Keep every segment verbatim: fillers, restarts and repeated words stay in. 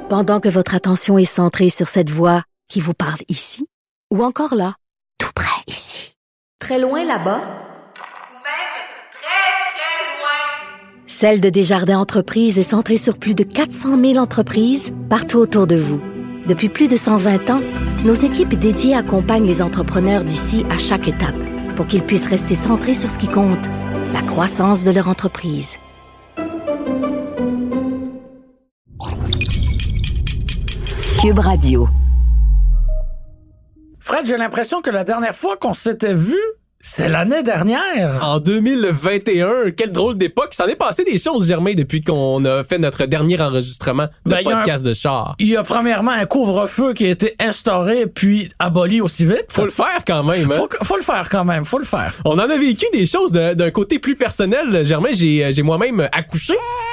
Pendant que votre attention est centrée sur cette voix qui vous parle ici, ou encore là, tout près ici, très loin là-bas, ou même très, très loin. Celle de Desjardins Entreprises est centrée sur plus de quatre cent mille entreprises partout autour de vous. Depuis plus de cent vingt ans, nos équipes dédiées accompagnent les entrepreneurs d'ici à chaque étape pour qu'ils puissent rester centrés sur ce qui compte, la croissance de leur entreprise. Cube Radio. Fred, j'ai l'impression que la dernière fois qu'on s'était vu, c'est l'année dernière. En deux mille vingt et un, quelle drôle d'époque. Ça en est passé des choses, Germain, depuis qu'on a fait notre dernier enregistrement de ben, podcast un, de char. Il y a premièrement un couvre-feu qui a été instauré puis aboli aussi vite. Faut le faire quand même. Hein? Faut, faut le faire quand même, faut le faire. On en a vécu des choses de, d'un côté plus personnel, Germain. J'ai, j'ai moi-même accouché.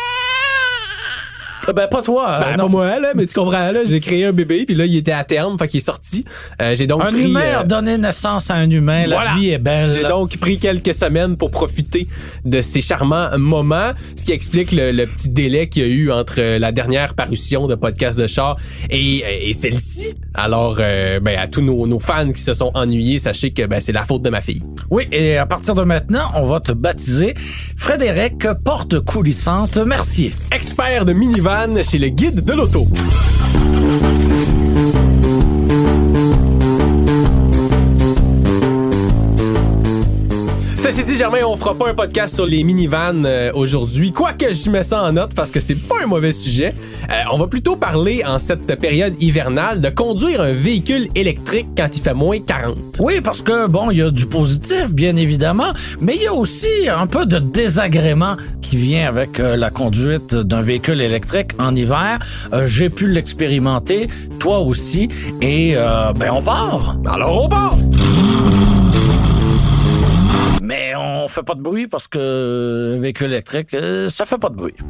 Ben, pas toi. Ben, non. Pas moi, là, mais tu comprends, là, j'ai créé un bébé, puis là, il était à terme, fait qu'il est sorti. Euh, j'ai donc un pris... humain euh, a donné naissance à un humain, la voilà. vie est belle. J'ai donc pris quelques semaines pour profiter de ces charmants moments, ce qui explique le, le petit délai qu'il y a eu entre la dernière parution de Podcast de char et, et celle-ci. Alors, euh, ben, à tous nos, nos fans qui se sont ennuyés, sachez que ben, c'est la faute de ma fille. Oui, et à partir de maintenant, on va te baptiser Frédéric Porte Coulissante Mercier. Expert de minivan chez le Guide de l'auto. Ceci dit, Germain, on fera pas un podcast sur les minivans euh, aujourd'hui, quoique je mets ça en note parce que c'est pas un mauvais sujet. Euh, on va plutôt parler en cette période hivernale de conduire un véhicule électrique quand il fait moins quarante. Oui, parce que, bon, il y a du positif, bien évidemment, mais il y a aussi un peu de désagrément qui vient avec euh, la conduite d'un véhicule électrique en hiver. Euh, j'ai pu l'expérimenter, toi aussi, et euh, ben on part. Alors on part! Mais on fait pas de bruit parce que véhicule électrique, euh, ça fait pas de bruit.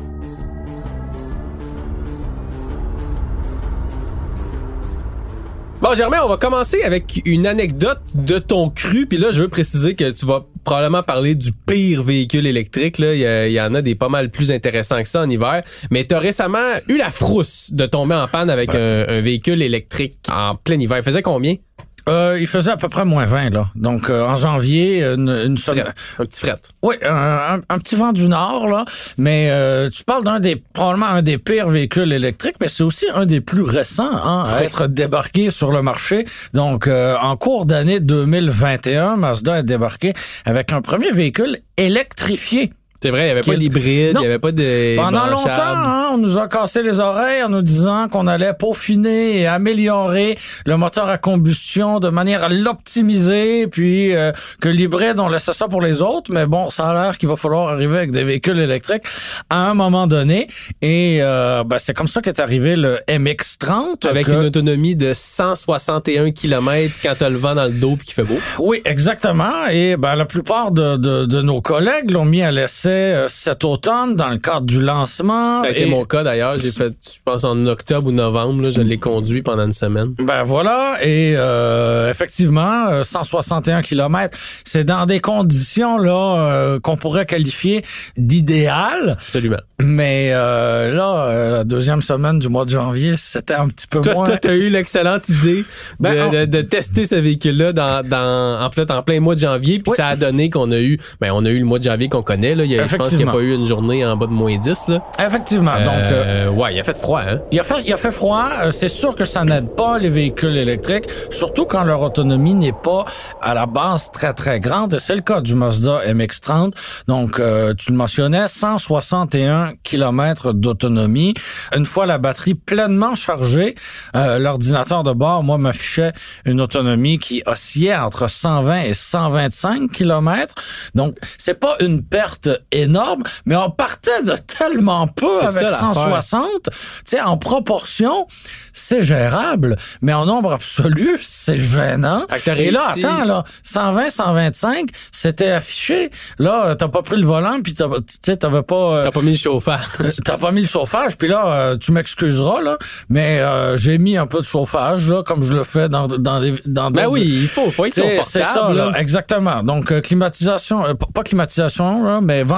Bon, Germain, on va commencer avec une anecdote de ton cru. Puis là, je veux préciser que tu vas probablement parler du pire véhicule électrique. Là, il y, y en a des pas mal plus intéressants que ça en hiver. Mais t'as récemment eu la frousse de tomber en panne avec un, un véhicule électrique en plein hiver. Il faisait combien? Euh, il faisait à peu près moins vingt, là. Donc, euh, en janvier, une, une semaine. Un petit fret. Oui, un, un, un petit vent du Nord, là. Mais euh, tu parles d'un des, probablement un des pires véhicules électriques, mais c'est aussi un des plus récents, hein, à être débarqué sur le marché. Donc, euh, en cours d'année deux mille vingt et un, Mazda est débarqué avec un premier véhicule électrifié. C'est vrai, il n'y avait pas d'hybride, il n'y avait pas de... Pendant longtemps, hein, on nous a cassé les oreilles en nous disant qu'on allait peaufiner et améliorer le moteur à combustion de manière à l'optimiser, puis euh, que l'hybride, on laissait ça pour les autres. Mais bon, ça a l'air qu'il va falloir arriver avec des véhicules électriques à un moment donné. Et euh, ben, c'est comme ça qu'est arrivé le M X trente. Avec que... une autonomie de cent soixante et un kilomètres quand t'as le vent dans le dos puis qu'il fait beau. Oui, exactement. Et ben la plupart de, de, de nos collègues l'ont mis à l'essai cet automne dans le cadre du lancement. Ça a été et... mon cas d'ailleurs. J'ai fait, je pense en octobre ou novembre, là, je l'ai conduit pendant une semaine. Ben voilà. Et euh, effectivement, cent soixante et un kilomètres, c'est dans des conditions là euh, qu'on pourrait qualifier d'idéal. Absolument. Mais euh, là, euh, la deuxième semaine du mois de janvier, c'était un petit peu toi, moins... Toi, t'as eu l'excellente idée ben, de, on... de, de tester ce véhicule-là dans, dans, en fait, en plein mois de janvier. Puis oui. Ça a donné qu'on a eu... Ben, on a eu le mois de janvier qu'on connaît. Là. Il y a, je pense qu'il n'y a pas eu une journée en bas de moins dix. Là. Effectivement. Euh, donc, euh, ouais, il a fait froid. Hein? Il a fait, il a fait froid. C'est sûr que ça n'aide pas les véhicules électriques, surtout quand leur autonomie n'est pas à la base très, très grande. C'est le cas du Mazda M X trente. Donc, euh, tu le mentionnais, cent soixante et un kilomètres d'autonomie. Une fois la batterie pleinement chargée, euh, l'ordinateur de bord, moi, m'affichait une autonomie qui oscillait entre cent vingt et cent vingt-cinq kilomètres. Donc, c'est pas une perte énorme, mais on partait de tellement peu c'est avec ça, cent soixante. Tu sais, en proportion, c'est gérable, mais en nombre absolu, c'est gênant. Et là, attends, là, cent vingt, cent vingt-cinq, c'était affiché. Là, t'as pas pris le volant, puis tu sais, t'avais pas... Euh, t'as pas mis le chauffage. T'as pas mis le chauffage, puis là, euh, tu m'excuseras, là, mais euh, j'ai mis un peu de chauffage, là, comme je le fais dans dans des... Dans ben oui, il faut, faut être confortable. C'est ça, là, exactement. Donc, euh, climatisation, euh, pas climatisation, là, mais ventilation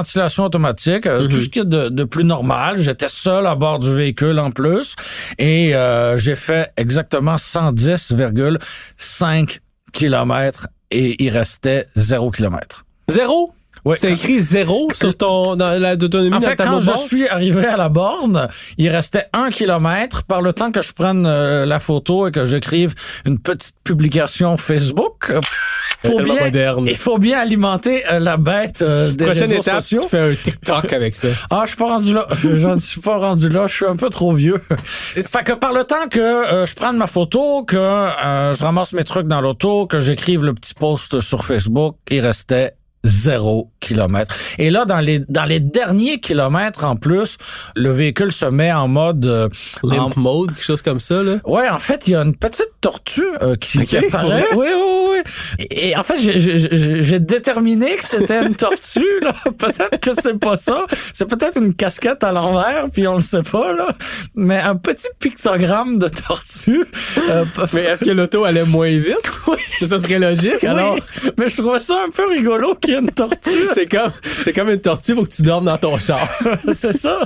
ventilation automatique, euh, Mm-hmm. tout ce qui est de, de plus normal. J'étais seul à bord du véhicule en plus et euh, j'ai fait exactement cent dix virgule cinq kilomètres et il restait zéro kilomètre. Zéro? Oui. C'était écrit zéro sur ton dans la d'autonomie En dans fait, ta quand je bord? suis arrivé à la borne, il restait un kilomètre. Par le temps que je prenne euh, la photo et que j'écrive une petite publication Facebook, euh, faut tellement bien, moderne. il faut bien alimenter euh, la bête euh, des Prochaine réseaux étape, sociaux. tu fais un TikTok avec ça. Ah, je suis pas rendu là. Je ne suis pas rendu là. Je suis un peu trop vieux. Fait que par le temps que euh, je prenne ma photo, que euh, je ramasse mes trucs dans l'auto, que j'écrive le petit post sur Facebook, il restait zéro kilomètre. Et là, dans les dans les derniers kilomètres en plus, le véhicule se met en mode euh, Limp en- mode, quelque chose comme ça, là. Ouais, en fait, il y a une petite tortue euh, qui, Ok, qui apparaît. Oui, oui, oui. Et, et en fait, j'ai- j'ai j'ai- j'ai déterminé que c'était une tortue. Là, peut-être que c'est pas ça. C'est peut-être une casquette à l'envers, puis on le sait pas là. Mais un petit pictogramme de tortue. Euh, Mais est-ce que l'auto allait moins vite? Oui. Ça serait logique, Oui, alors. mais je trouvais ça un peu rigolo qu'il y ait une tortue. C'est comme, c'est comme une tortue, faut que tu dormes dans ton char. C'est ça.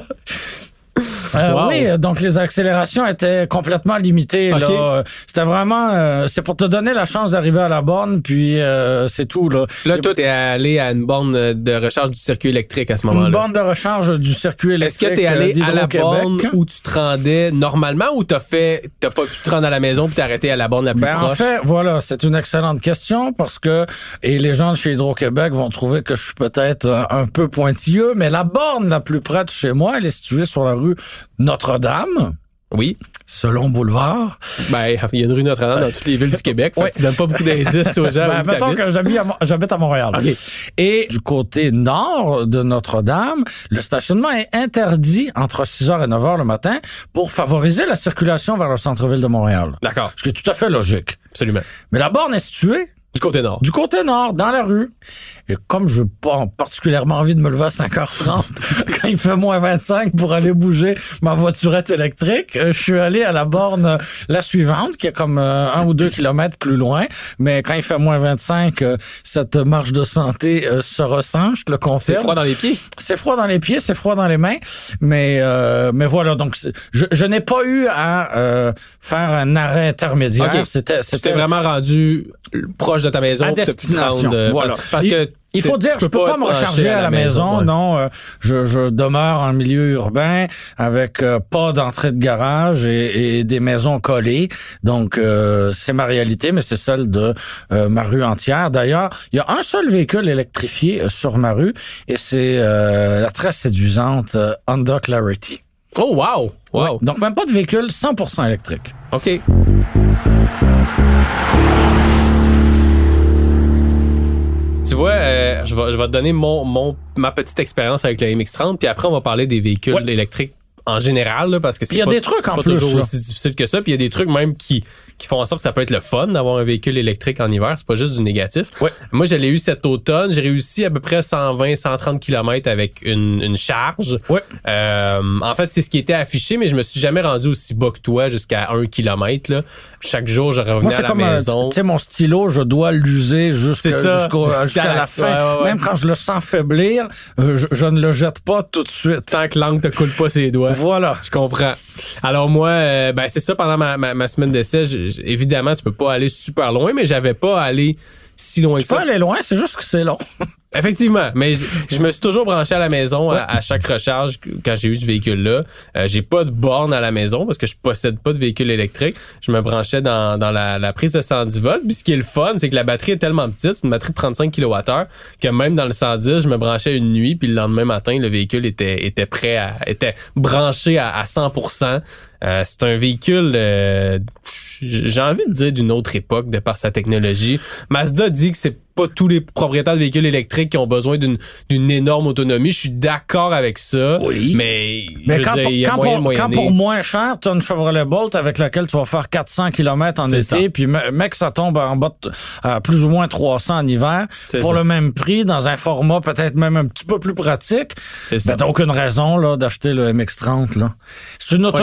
Euh, Wow. Oui, donc les accélérations étaient complètement limitées. Ok. Là. Euh, C'était vraiment, euh, c'est pour te donner la chance d'arriver à la borne, puis euh, c'est tout là. Là, toi, t'es allé à une borne de recharge du circuit électrique à ce Une moment-là. borne de recharge du circuit Est-ce électrique. que t'es allé euh, à la borne d'Hydro-Québec. où tu te rendais normalement ou t'as fait, t'as pas pu te rendre à la maison puis t'es arrêté à la borne la plus Ben, en proche? fait, voilà, c'est une excellente question parce que, et les gens de chez Hydro-Québec vont trouver que je suis peut-être un, un peu pointilleux, mais la borne la plus près de chez moi, elle est située sur la rue Notre-Dame, Oui. selon Boulevard. Ben, il y a une rue Notre-Dame dans toutes les villes du Québec. Fait Ouais. que tu donnes pas beaucoup d'indices aux gens Ben, où mettons t'habites. que j'habite à, Mo- j'habite à Montréal. Ok. Et du côté nord de Notre-Dame, le stationnement est interdit entre six heures et neuf heures le matin pour favoriser la circulation vers le centre-ville de Montréal. D'accord. Ce qui est tout à fait logique. Absolument. Mais la borne est située Du côté nord. du côté nord, dans la rue. Et comme je n'ai pas particulièrement envie de me lever à cinq heures trente quand il fait moins vingt-cinq pour aller bouger ma voiturette électrique, euh, je suis allé à la borne euh, la suivante, qui est comme euh, un ou deux kilomètres plus loin. Mais quand il fait moins vingt-cinq, euh, cette marche de santé euh, se ressent, je te le C'est confirme. froid dans les pieds. C'est froid dans les pieds, c'est froid dans les mains, mais euh, mais voilà. Donc c'est- je, je n'ai pas eu à euh, faire un arrêt intermédiaire. Ok. C'était C'était c'était vraiment rendu proche de ta maison. à puis t'as pu te destination. rendre, euh, Voilà. Parce, parce Il- que Il faut dire, je peux pas, me recharger à la maison, ouais. non. euh, je, je demeure en milieu urbain avec euh, pas d'entrée de garage et, et des maisons collées. Donc, euh, c'est ma réalité, mais c'est celle de euh, ma rue entière. D'ailleurs, il y a un seul véhicule électrifié euh, sur ma rue et c'est euh, la très séduisante euh, Honda Clarity. Oh, wow! Wow. Ouais. Donc, même pas de véhicule cent pour cent électrique. OK. Tu vois, euh, je vais je vais te donner mon mon ma petite expérience avec le M X trente, puis après on va parler des véhicules Ouais. électriques en général, là, parce que c'est Puis il y a pas, des trucs en pas plus, toujours là. aussi difficile que ça. Puis il y a des trucs même qui qui font en sorte que ça peut être le fun d'avoir un véhicule électrique en hiver. C'est pas juste du négatif. Ouais. Moi, je l'ai eu cet automne. J'ai réussi à peu près cent vingt, cent trente kilomètres avec une, une charge. Ouais. Euh, en fait, c'est ce qui était affiché, mais je me suis jamais rendu aussi bas que toi, jusqu'à un kilomètre. Là. Chaque jour, je revenais Moi, à c'est la comme, un- maison. tu sais, mon stylo, je dois l'user jusqu'à, C'est ça, jusqu'au- jusqu'à jusqu'à la- la fin. ouais, ouais, ouais. Même quand je le sens faiblir, euh, je, je ne le jette pas tout de suite. Tant que l'angle te coule pas ses doigts. Voilà. Je comprends. Alors moi, euh, ben c'est ça, pendant ma, ma, ma semaine d'essai, je- je- évidemment, tu peux pas aller super loin, mais j'avais pas à aller si loin Tu que peux ça. aller loin, c'est juste que c'est long. Effectivement, mais je, je me suis toujours branché à la maison à, à chaque recharge quand j'ai eu ce véhicule-là. Euh, j'ai pas de borne à la maison parce que je possède pas de véhicule électrique. Je me branchais dans, dans la, la prise de cent dix volts. Puis ce qui est le fun, c'est que la batterie est tellement petite, c'est une batterie de trente-cinq kilowattheures, que même dans le cent dix, je me branchais une nuit, puis le lendemain matin, le véhicule était était prêt à était branché à, à cent pour cent. Euh, c'est un véhicule, euh, j'ai envie de dire d'une autre époque de par sa technologie. Mazda dit que c'est pas tous les propriétaires de véhicules électriques qui ont besoin d'une d'une énorme autonomie. Je suis d'accord avec ça. Oui. Mais, je Mais veux quand, dire, pour, il y a quand, moyen pour, de quand moyenner. pour moins cher, tu as une Chevrolet Bolt avec laquelle tu vas faire quatre cents kilomètres en C'est été, ça. puis me- mec, ça tombe en bas de, à plus ou moins trois cents en hiver, C'est pour ça. le même prix, dans un format peut-être même un petit peu plus pratique. C'est ça. Ben, t'as aucune raison là d'acheter le M X trente. Là. C'est une autonomie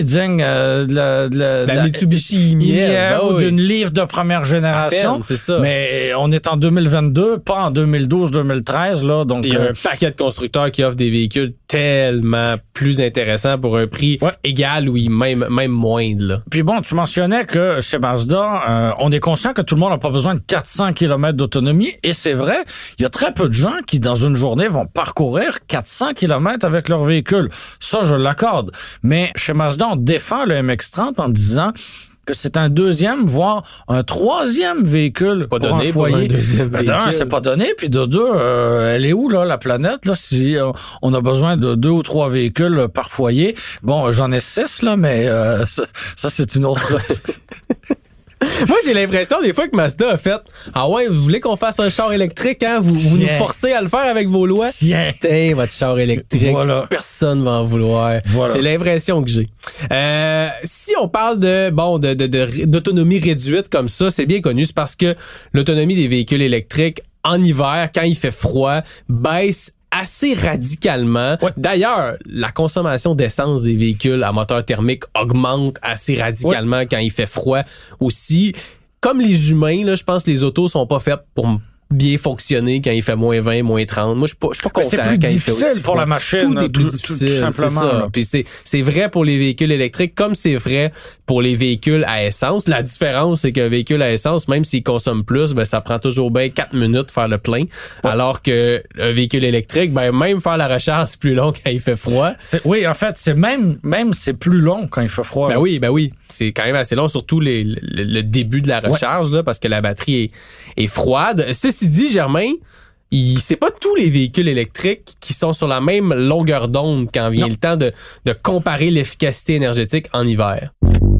digne euh, de la, de la, La, de la Mitsubishi Imière, ou ben oui. d'une livre de première génération. À peine, c'est ça. Mais on est en deux mille vingt-deux, pas en deux mille douze deux mille treize, là. Donc, Il y a euh, un paquet de constructeurs qui offrent des véhicules tellement plus intéressants pour un prix Ouais. égal ou même, même moindre, là. Puis bon, tu mentionnais que chez Mazda, euh, on est conscient que tout le monde n'a pas besoin de quatre cents kilomètres d'autonomie. Et c'est vrai, il y a très peu de gens qui, dans une journée, vont parcourir quatre cents kilomètres avec leur véhicule. Ça, je l'accorde. Mais chez Mazda, on défend le M X trente en disant que c'est un deuxième, voire un troisième véhicule Pas pour donné un pour foyer. un deuxième Ben, d'un, véhicule. c'est pas donné, puis de deux, euh, elle est où là la planète là si euh, on a besoin de deux ou trois véhicules par foyer. Bon, j'en ai six là, mais euh, ça, ça c'est une autre. Moi, j'ai l'impression des fois que Mazda a fait « Ah ouais, vous voulez qu'on fasse un char électrique, hein? Vous, vous nous Tiens. forcez à le faire avec vos lois? Tiens. Tiens, votre char électrique. Voilà. Personne va en vouloir. Voilà. C'est l'impression que j'ai. Euh, si on parle de bon de, de, de- d'autonomie réduite comme ça, c'est bien connu. C'est parce que l'autonomie des véhicules électriques en hiver, quand il fait froid, baisse assez radicalement. Ouais. D'ailleurs, la consommation d'essence des véhicules à moteur thermique augmente assez radicalement quand il fait froid aussi. Comme les humains, là, je pense que les autos sont pas faites pour bien fonctionner quand il fait moins vingt, moins trente. Moi, je suis pas, je suis pas Mais content c'est plus quand il fait difficile aussi pour froid. la machine, Tout est plus tout- tout- difficile, tout c'est simplement, ça. là. Puis c'est, c'est vrai pour les véhicules électriques comme c'est vrai pour les véhicules à essence. La différence, c'est qu'un véhicule à essence, même s'il consomme plus, ben, ça prend toujours bien quatre minutes de faire le plein. Alors que un véhicule électrique, ben, même faire la recharge, c'est plus long quand il fait froid. C'est- oui, en fait, c'est même même c'est plus long quand il fait froid. Ben là. oui, ben oui. C'est quand même assez long, surtout les, le, le début de la recharge, là, parce que la batterie est, est froide. Ceci dit, Germain, il, c'est pas tous les véhicules électriques qui sont sur la même longueur d'onde quand vient Non. le temps de, de comparer l'efficacité énergétique en hiver.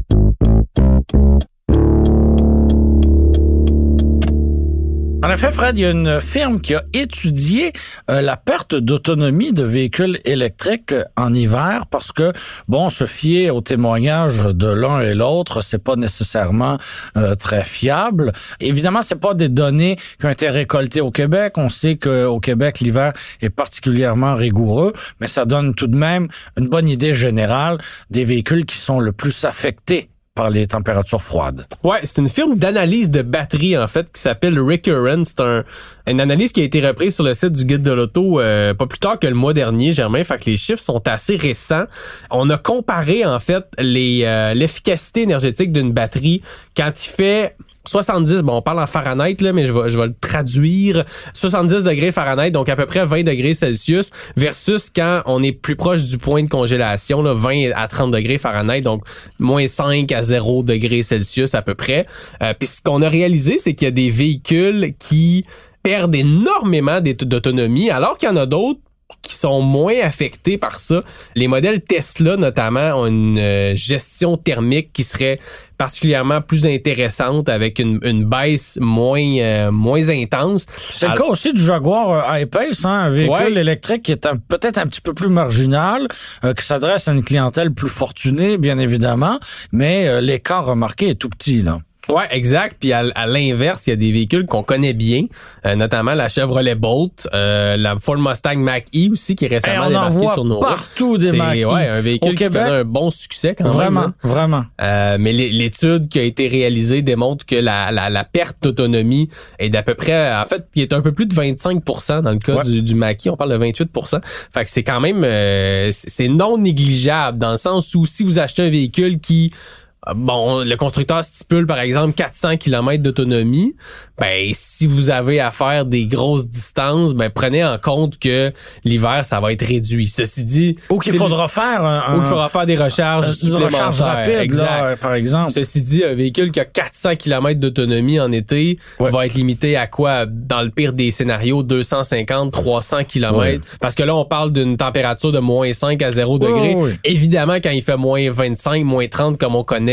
En effet, Fred, il y a une firme qui a étudié euh, la perte d'autonomie de véhicules électriques euh, en hiver parce que, bon, se fier aux témoignages de l'un et l'autre, c'est pas nécessairement euh, très fiable. Évidemment, c'est pas des données qui ont été récoltées au Québec. On sait qu'au Québec, l'hiver est particulièrement rigoureux, mais ça donne tout de même une bonne idée générale des véhicules qui sont le plus affectés par les températures froides. Ouais, c'est une firme d'analyse de batterie, en fait, qui s'appelle Recurrent. C'est un, une analyse qui a été reprise sur le site du Guide de l'auto euh, pas plus tard que le mois dernier, Germain. Fait que les chiffres sont assez récents. On a comparé, en fait, les euh, l'efficacité énergétique d'une batterie quand il fait soixante-dix, bon, on parle en Fahrenheit, là, mais je vais, je vais le traduire. soixante-dix degrés Fahrenheit, donc à peu près vingt degrés Celsius, versus quand on est plus proche du point de congélation, là, vingt à trente degrés Fahrenheit, donc moins cinq à zéro degrés Celsius à peu près. Euh, puis ce qu'on a réalisé, c'est qu'il y a des véhicules qui perdent énormément d'autonomie, alors qu'il y en a d'autres qui sont moins affectés par ça. Les modèles Tesla, notamment, ont une euh, gestion thermique qui serait particulièrement plus intéressante avec une, une baisse moins euh, moins intense. C'est le Alors- cas aussi du Jaguar euh, I-Pace, hein, un véhicule Ouais. électrique qui est un- peut-être un petit peu plus marginal, euh, qui s'adresse à une clientèle plus fortunée, bien évidemment, mais euh, l'écart remarqué est tout petit, là. Ouais, exact. Puis à, à l'inverse, il y a des véhicules qu'on connaît bien, euh, notamment la Chevrolet Bolt, euh, la Ford Mustang Mach-E aussi, qui est récemment Hey, on en débarqué voit sur nos routes. partout des C'est Mach-E. ouais, un véhicule Au qui Québec, connaît un bon succès quand Vraiment, même. hein. vraiment. Euh, mais l'é- l'étude qui a été réalisée démontre que la, la, la perte d'autonomie est d'à peu près, en fait, qui est un peu plus de vingt-cinq pour cent dans le cas Ouais. du, du Mach-E, on parle de vingt-huit pour cent. Fait que c'est quand même, euh, c'est c'est non négligeable dans le sens où si vous achetez un véhicule qui bon, le constructeur stipule, par exemple, quatre cents kilomètres d'autonomie. Ben, si vous avez à faire des grosses distances, ben, prenez en compte que l'hiver, ça va être réduit. Ceci dit... Ou qu'il c'est- faudra faire un, Ou qu'il faudra faire des recharges une supplémentaires. recharge rapide, Exact. là, par exemple. Ceci dit, un véhicule qui a quatre cents kilomètres d'autonomie en été Ouais. va être limité à quoi? Dans le pire des scénarios, deux cent cinquante, trois cents kilomètres. Parce que là, on parle d'une température de moins cinq à zéro degré. ouais. Évidemment, quand il fait moins vingt-cinq, moins trente, comme on connaît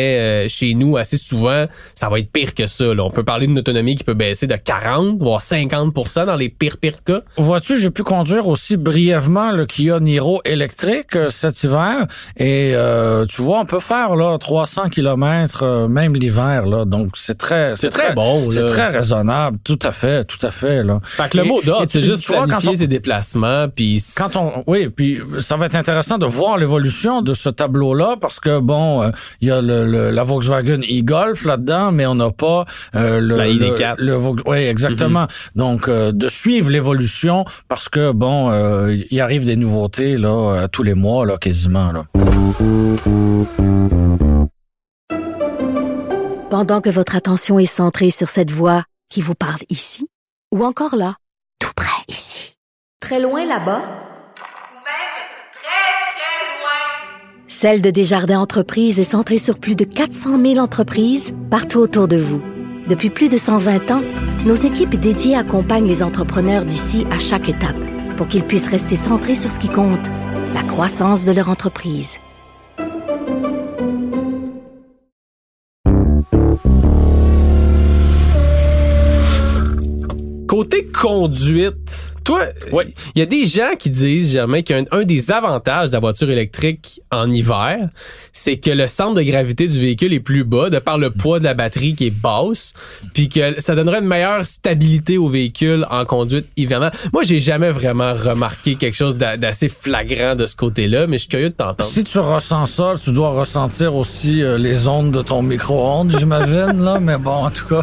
connaît euh, chez nous assez souvent, ça va être pire que ça. Là. On peut parler d'une autonomie qui peut baisser de quarante voire cinquante pour cent dans les pires pires cas. Vois-tu, j'ai pu conduire aussi brièvement le Kia Niro électrique euh, cet hiver et euh, tu vois, on peut faire là trois cents kilomètres euh, même l'hiver là. Donc c'est très c'est, c'est très, très bon, c'est là. très raisonnable, tout à fait, tout à fait là. Fait que le et, mot d'ordre, c'est juste planifier on, ses déplacements puis quand on oui, puis ça va être intéressant de voir l'évolution de ce tableau-là parce que bon, il euh, y a le, le la Volkswagen e-Golf là-dedans, mais on n'a pas euh, le, la I D quatre. Le, le, oui, exactement. Mm-hmm. Donc euh, de suivre l'évolution parce que bon, euh, il arrive des nouveautés là euh, tous les mois là quasiment là. Pendant que votre attention est centrée sur cette voix qui vous parle ici ou encore là, tout près ici, très loin là-bas. Celle de Desjardins Entreprises est centrée sur plus de quatre cent mille entreprises partout autour de vous. Depuis plus de cent vingt ans, nos équipes dédiées accompagnent les entrepreneurs d'ici à chaque étape pour qu'ils puissent rester centrés sur ce qui compte, la croissance de leur entreprise. Côté conduite, toi, il ouais. y a des gens qui disent, Germain, qu'un un des avantages de la voiture électrique en hiver, c'est que le centre de gravité du véhicule est plus bas de par le poids de la batterie qui est basse, puis que ça donnerait une meilleure stabilité au véhicule en conduite hivernale. Moi, j'ai jamais vraiment remarqué quelque chose d'assez flagrant de ce côté-là, mais je suis curieux de t'entendre. Si tu ressens ça, tu dois ressentir aussi euh, les ondes de ton micro-ondes, j'imagine, là, mais bon, en tout cas...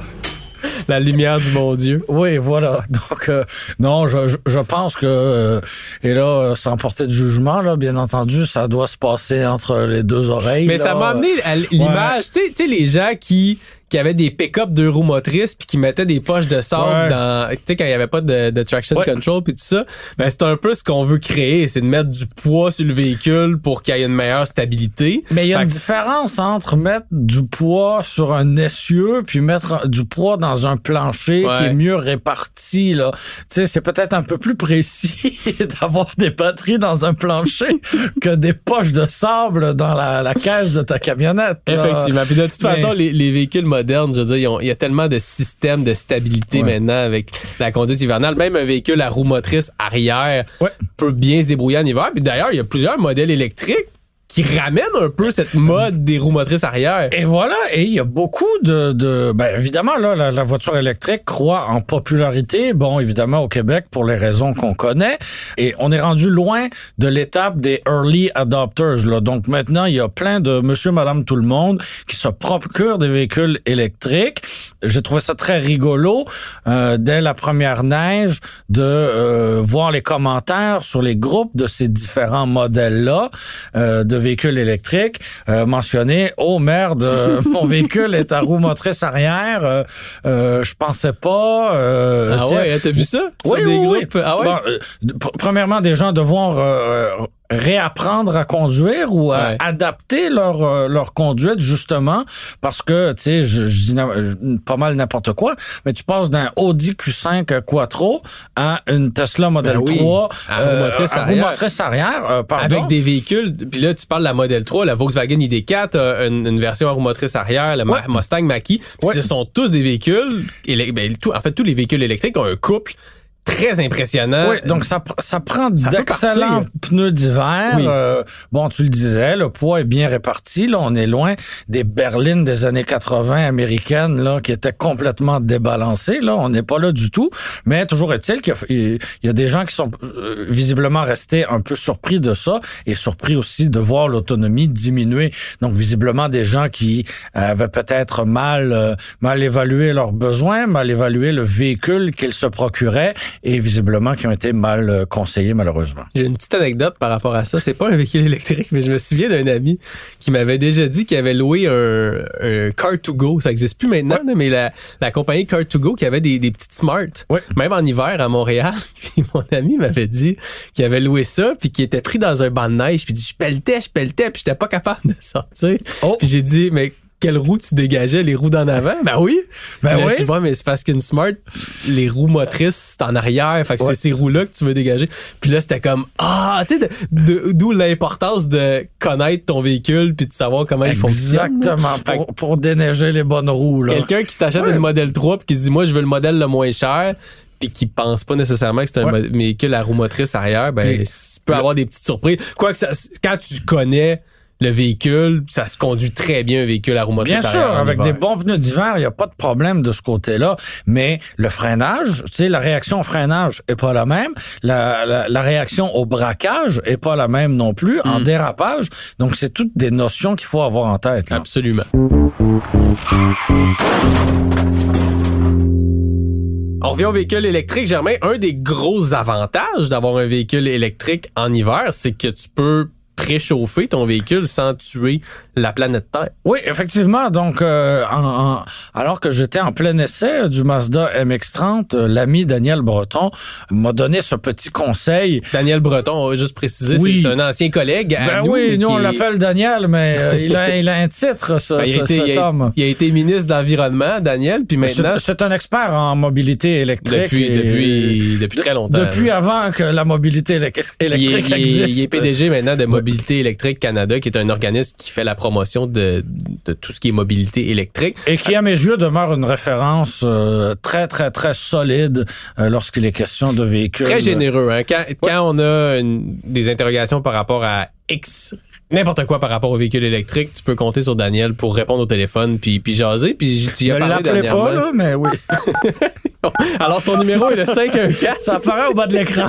La lumière du bon Dieu. Oui, voilà. Donc, euh, non, je, je, je pense que, euh, et là, sans porter de jugement, là, bien entendu, ça doit se passer entre les deux oreilles. Mais là. Ça m'a amené à l'image, ouais. tu sais, les gens qui... qui avaient des pick-up deux roues motrices puis qui mettaient des poches de sable ouais. dans, tu sais, quand il y avait pas de, de traction ouais. control puis tout ça, ben c'est un peu ce qu'on veut créer, c'est de mettre du poids sur le véhicule pour qu'il y ait une meilleure stabilité. Mais il y a fait une que... différence entre mettre du poids sur un essieu puis mettre du poids dans un plancher ouais. qui est mieux réparti, là. Tu sais, c'est peut-être un peu plus précis d'avoir des batteries dans un plancher que des poches de sable dans la, la caisse de ta camionnette. Là. Effectivement. Puis de toute Mais... façon, les, les véhicules modernes, je veux dire, il y a tellement de systèmes de stabilité ouais. maintenant avec la conduite hivernale. Même un véhicule à roue motrice arrière ouais. peut bien se débrouiller en hiver. Puis d'ailleurs, il y a plusieurs modèles électriques qui ramène un peu cette mode des roues motrices arrière. Et voilà, et il y a beaucoup de... de ben évidemment, là, la, la voiture électrique croît en popularité, bon, évidemment, au Québec, pour les raisons qu'on connaît, et on est rendu loin de l'étape des early adopters, là. Donc maintenant, il y a plein de monsieur, madame, tout le monde qui se procurent des véhicules électriques. J'ai trouvé ça très rigolo, euh, dès la première neige, de euh, voir les commentaires sur les groupes de ces différents modèles-là, euh, de véhicules électriques, euh, mentionnés. Oh merde, euh, mon véhicule est à roue motrice arrière. Euh, euh, je pensais pas. Euh, ah ouais, t'as vu ça? Oui, sur oui, des oui. groupes? Ah ouais? Bon, euh, pr- premièrement, des gens devoir euh, réapprendre à conduire ou à ouais. adapter leur euh, leur conduite justement parce que tu sais je, je dis na- pas mal n'importe quoi mais tu passes d'un Audi Q cinq Quattro à une Tesla Model ben oui. trois à roue motrice euh, arrière, roue motrice arrière euh, avec des véhicules puis là tu parles de la Model trois, la Volkswagen I D quatre euh, une, une version à roue motrice arrière, la ouais. Mustang Mach-E, ouais. ce sont tous des véhicules élect- ben, tout, en fait tous les véhicules électriques ont un couple très impressionnant. Oui, donc ça ça prend ça d'excellents pneus d'hiver. Oui. Euh, bon, tu le disais, le poids est bien réparti. Là, on est loin des berlines des années quatre-vingts américaines là qui étaient complètement débalancées. Là, on n'est pas là du tout. Mais toujours est-il qu'il y a, il y a des gens qui sont euh, visiblement restés un peu surpris de ça et surpris aussi de voir l'autonomie diminuer. Donc visiblement des gens qui avaient peut-être mal euh, mal évalué leurs besoins, mal évalué le véhicule qu'ils se procuraient. Et visiblement qui ont été mal conseillés, malheureusement. J'ai une petite anecdote par rapport à ça. C'est pas un véhicule électrique, mais je me souviens d'un ami qui m'avait déjà dit qu'il avait loué un, un Car to Go. Ça existe plus maintenant, ouais. mais la, la compagnie Car to Go qui avait des, des petites Smart, ouais. même en hiver à Montréal. Puis mon ami m'avait dit qu'il avait loué ça, puis qu'il était pris dans un banc de neige. Puis il dit, je pelletais, je pelletais, puis j'étais pas capable de sortir. Oh. Puis j'ai dit, mais quelles roues tu dégageais, les roues d'en avant? Ben oui. Ben là, oui. Je dis, ouais, mais c'est parce qu'une Smart, les roues motrices, c'est en arrière. Fait que Ouais. c'est ces roues-là que tu veux dégager. Puis là, c'était comme, ah, tu sais, de- de- d'où l'importance de connaître ton véhicule puis de savoir comment il fonctionne. Exactement, Fait pour, pour déneiger les bonnes roues. Là. Quelqu'un qui s'achète Ouais. une Model trois puis qui se dit, moi, je veux le modèle le moins cher, puis qui pense pas nécessairement que c'est un Ouais. mo- véhicule à roue motrice arrière, ben, Puis- tu peux avoir des petites surprises. Quoique, ça, quand tu connais le véhicule, ça se conduit très bien, un véhicule à roue motrice Bien arrière. sûr, en avec hiver. des bons pneus d'hiver, il n'y a pas de problème de ce côté-là. Mais le freinage, tu sais, la réaction au freinage est pas la même. La, la, la réaction au braquage est pas la même non plus, en Mm. dérapage. Donc, c'est toutes des notions qu'il faut avoir en tête. Là. Absolument. On revient au véhicule électrique, Germain. Un des gros avantages d'avoir un véhicule électrique en hiver, c'est que tu peux préchauffer ton véhicule sans tuer la planète Terre. Oui, effectivement. Donc, euh, en, en- alors que j'étais en plein essai du Mazda M X trente, euh, l'ami Daniel Breton m'a donné ce petit conseil. Daniel Breton, on va juste préciser, Oui. c'est, c'est un ancien collègue à Ben nous. oui, nous qui on est- l'appelle Daniel, mais euh, il, a, il a un titre, ce, Ben, il, a ce- été, cet il, a, homme. il a été ministre de l'Environnement, Daniel, puis maintenant, C'est c'est un expert en mobilité électrique. depuis, et- depuis, depuis très longtemps. Depuis avant que la mobilité élec- Puis il, est, électrique il est- existe. il est P D G maintenant de Mobilité électrique Canada, qui est un organisme qui fait la promotion de, de tout ce qui est mobilité électrique. Et qui, à mes yeux, demeure une référence euh, très, très, très solide euh, lorsqu'il est question de véhicules. Très généreux. Hein? Quand, quand on a une- des interrogations par rapport à X, n'importe quoi par rapport au véhicule électrique, tu peux compter sur Daniel pour répondre au téléphone puis, puis jaser. Puis tu y Ne as parlé l'appelez dernièrement. pas, là, mais oui. Alors, son numéro est le cinq un quatre. Ça apparaît au bas de l'écran.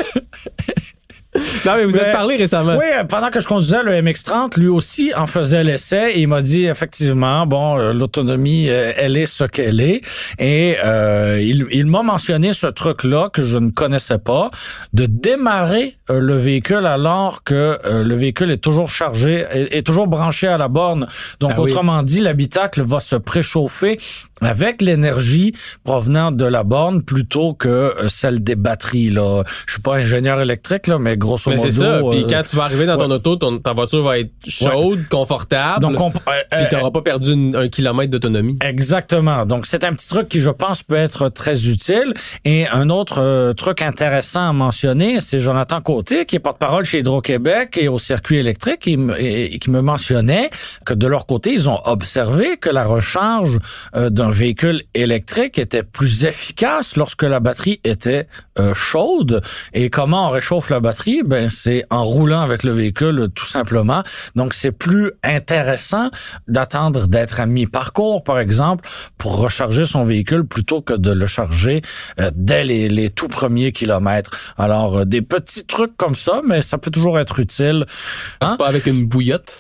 Non, mais vous Mais- avez parlé récemment. Oui, pendant que je conduisais le M X trente, lui aussi en faisait l'essai et il m'a dit effectivement, bon, euh, l'autonomie, euh, elle est ce qu'elle est. Et euh, il, il m'a mentionné ce truc-là que je ne connaissais pas, de démarrer euh, le véhicule alors que euh, le véhicule est toujours chargé, est, est toujours branché à la borne. Donc, Ah oui. autrement dit, l'habitacle va se préchauffer avec l'énergie provenant de la borne plutôt que euh, celle des batteries. Là. Je suis pas ingénieur électrique, là, mais grosso Mais modo... c'est ça. Puis euh, quand tu vas arriver dans ton ouais. auto, ton, ta voiture va être chaude, confortable. Donc, on, euh, puis t'auras pas perdu une- un kilomètre d'autonomie. exactement. Donc, c'est un petit truc qui, je pense, peut être très utile. Et un autre euh, truc intéressant à mentionner, c'est Jonathan Côté, qui est porte-parole chez Hydro-Québec et au circuit électrique, qui me, et- qui me mentionnait que de leur côté, ils ont observé que la recharge euh, d'un véhicule électrique était plus efficace lorsque la batterie était euh, chaude. Et comment on réchauffe la batterie? Ben, c'est en roulant avec le véhicule, tout simplement. Donc, c'est plus intéressant d'attendre d'être à mi-parcours, par exemple, pour recharger son véhicule plutôt que de le charger euh, dès les, les tout premiers kilomètres. Alors, euh, des petits trucs comme ça, mais ça peut toujours être utile. Hein? C'est pas avec une bouillotte.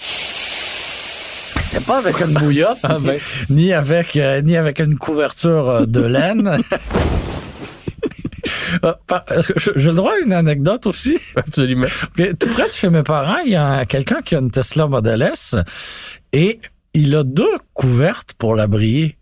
C'est pas avec une bouillotte, Ah ben. ni avec euh, ni avec une couverture euh, de laine. Euh, par- est-ce que je- J'ai le droit à une anecdote aussi. Absolument. Ok, tout près de chez mes parents, il y a quelqu'un qui a une Tesla Model S et il a deux couvertes pour la briller.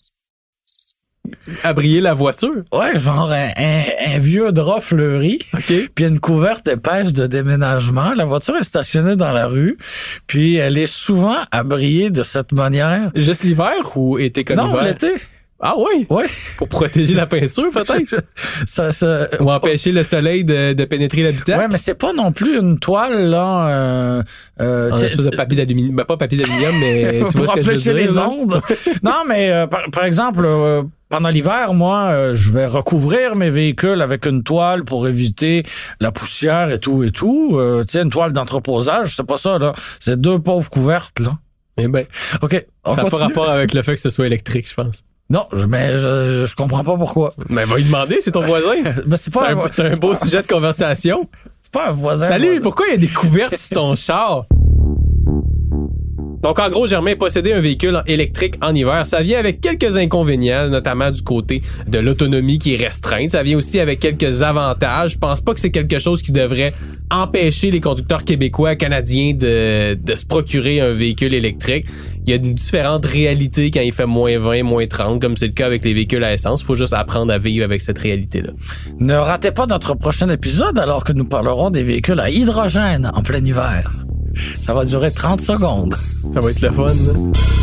À briller la voiture. Ouais, genre un, un, un vieux drap fleuri, OK. puis une couverte épaisse de déménagement. La voiture est stationnée dans la rue, puis elle est souvent à briller de cette manière. Juste l'hiver ou été comme Non, hiver? l'été. Ah oui? Ouais. Pour protéger la peinture, peut-être? Ça, ça, Ou empêcher le soleil de, de pénétrer l'habitacle? Ouais, mais c'est pas non plus une toile, là. Euh, euh, En tu sais, espèce de papier d'aluminium. Ben, pas papier d'aluminium, mais tu vois pour ce que je veux empêcher dire. les là? ondes. Non, mais euh, par, par exemple, euh, pendant l'hiver, moi, euh, je vais recouvrir mes véhicules avec une toile pour éviter la poussière et tout et tout. Euh, tu sais, une toile d'entreposage, c'est pas ça, là. C'est deux pauvres couvertes, là. Eh ben, OK, on ça n'a pas continue. rapport avec le fait que ce soit électrique, je pense. Non, je, mais je, je, je comprends pas pourquoi. Mais va lui demander, c'est ton voisin. Mais c'est C'est pas, un, un, c'est un beau sujet de conversation. c'est pas un voisin. Salut, voisin. pourquoi il y a des couvertes sur ton char? Donc, en gros, Germain, posséder un véhicule électrique en hiver, ça vient avec quelques inconvénients, notamment du côté de l'autonomie qui est restreinte. Ça vient aussi avec quelques avantages. Je pense pas que c'est quelque chose qui devrait empêcher les conducteurs québécois, canadiens de, de se procurer un véhicule électrique. Il y a une différente réalité quand il fait moins vingt, moins trente, comme c'est le cas avec les véhicules à essence. Il faut juste apprendre à vivre avec cette réalité-là. Ne ratez pas notre prochain épisode alors que nous parlerons des véhicules à hydrogène en plein hiver. Ça va durer trente secondes. Ça va être le fun, là.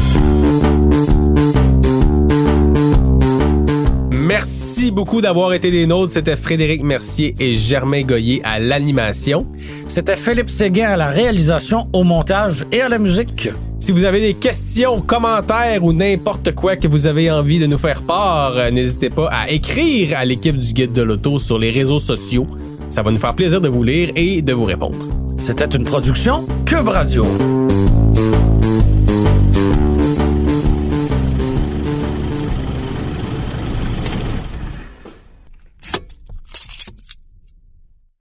Merci beaucoup d'avoir été des nôtres. C'était Frédéric Mercier et Germain Goyer à l'animation. C'était Philippe Séguin à la réalisation, au montage et à la musique. Si vous avez des questions, commentaires ou n'importe quoi que vous avez envie de nous faire part, n'hésitez pas à écrire à l'équipe du Guide de l'auto sur les réseaux sociaux. Ça va nous faire plaisir de vous lire et de vous répondre. C'était une production Cube Radio.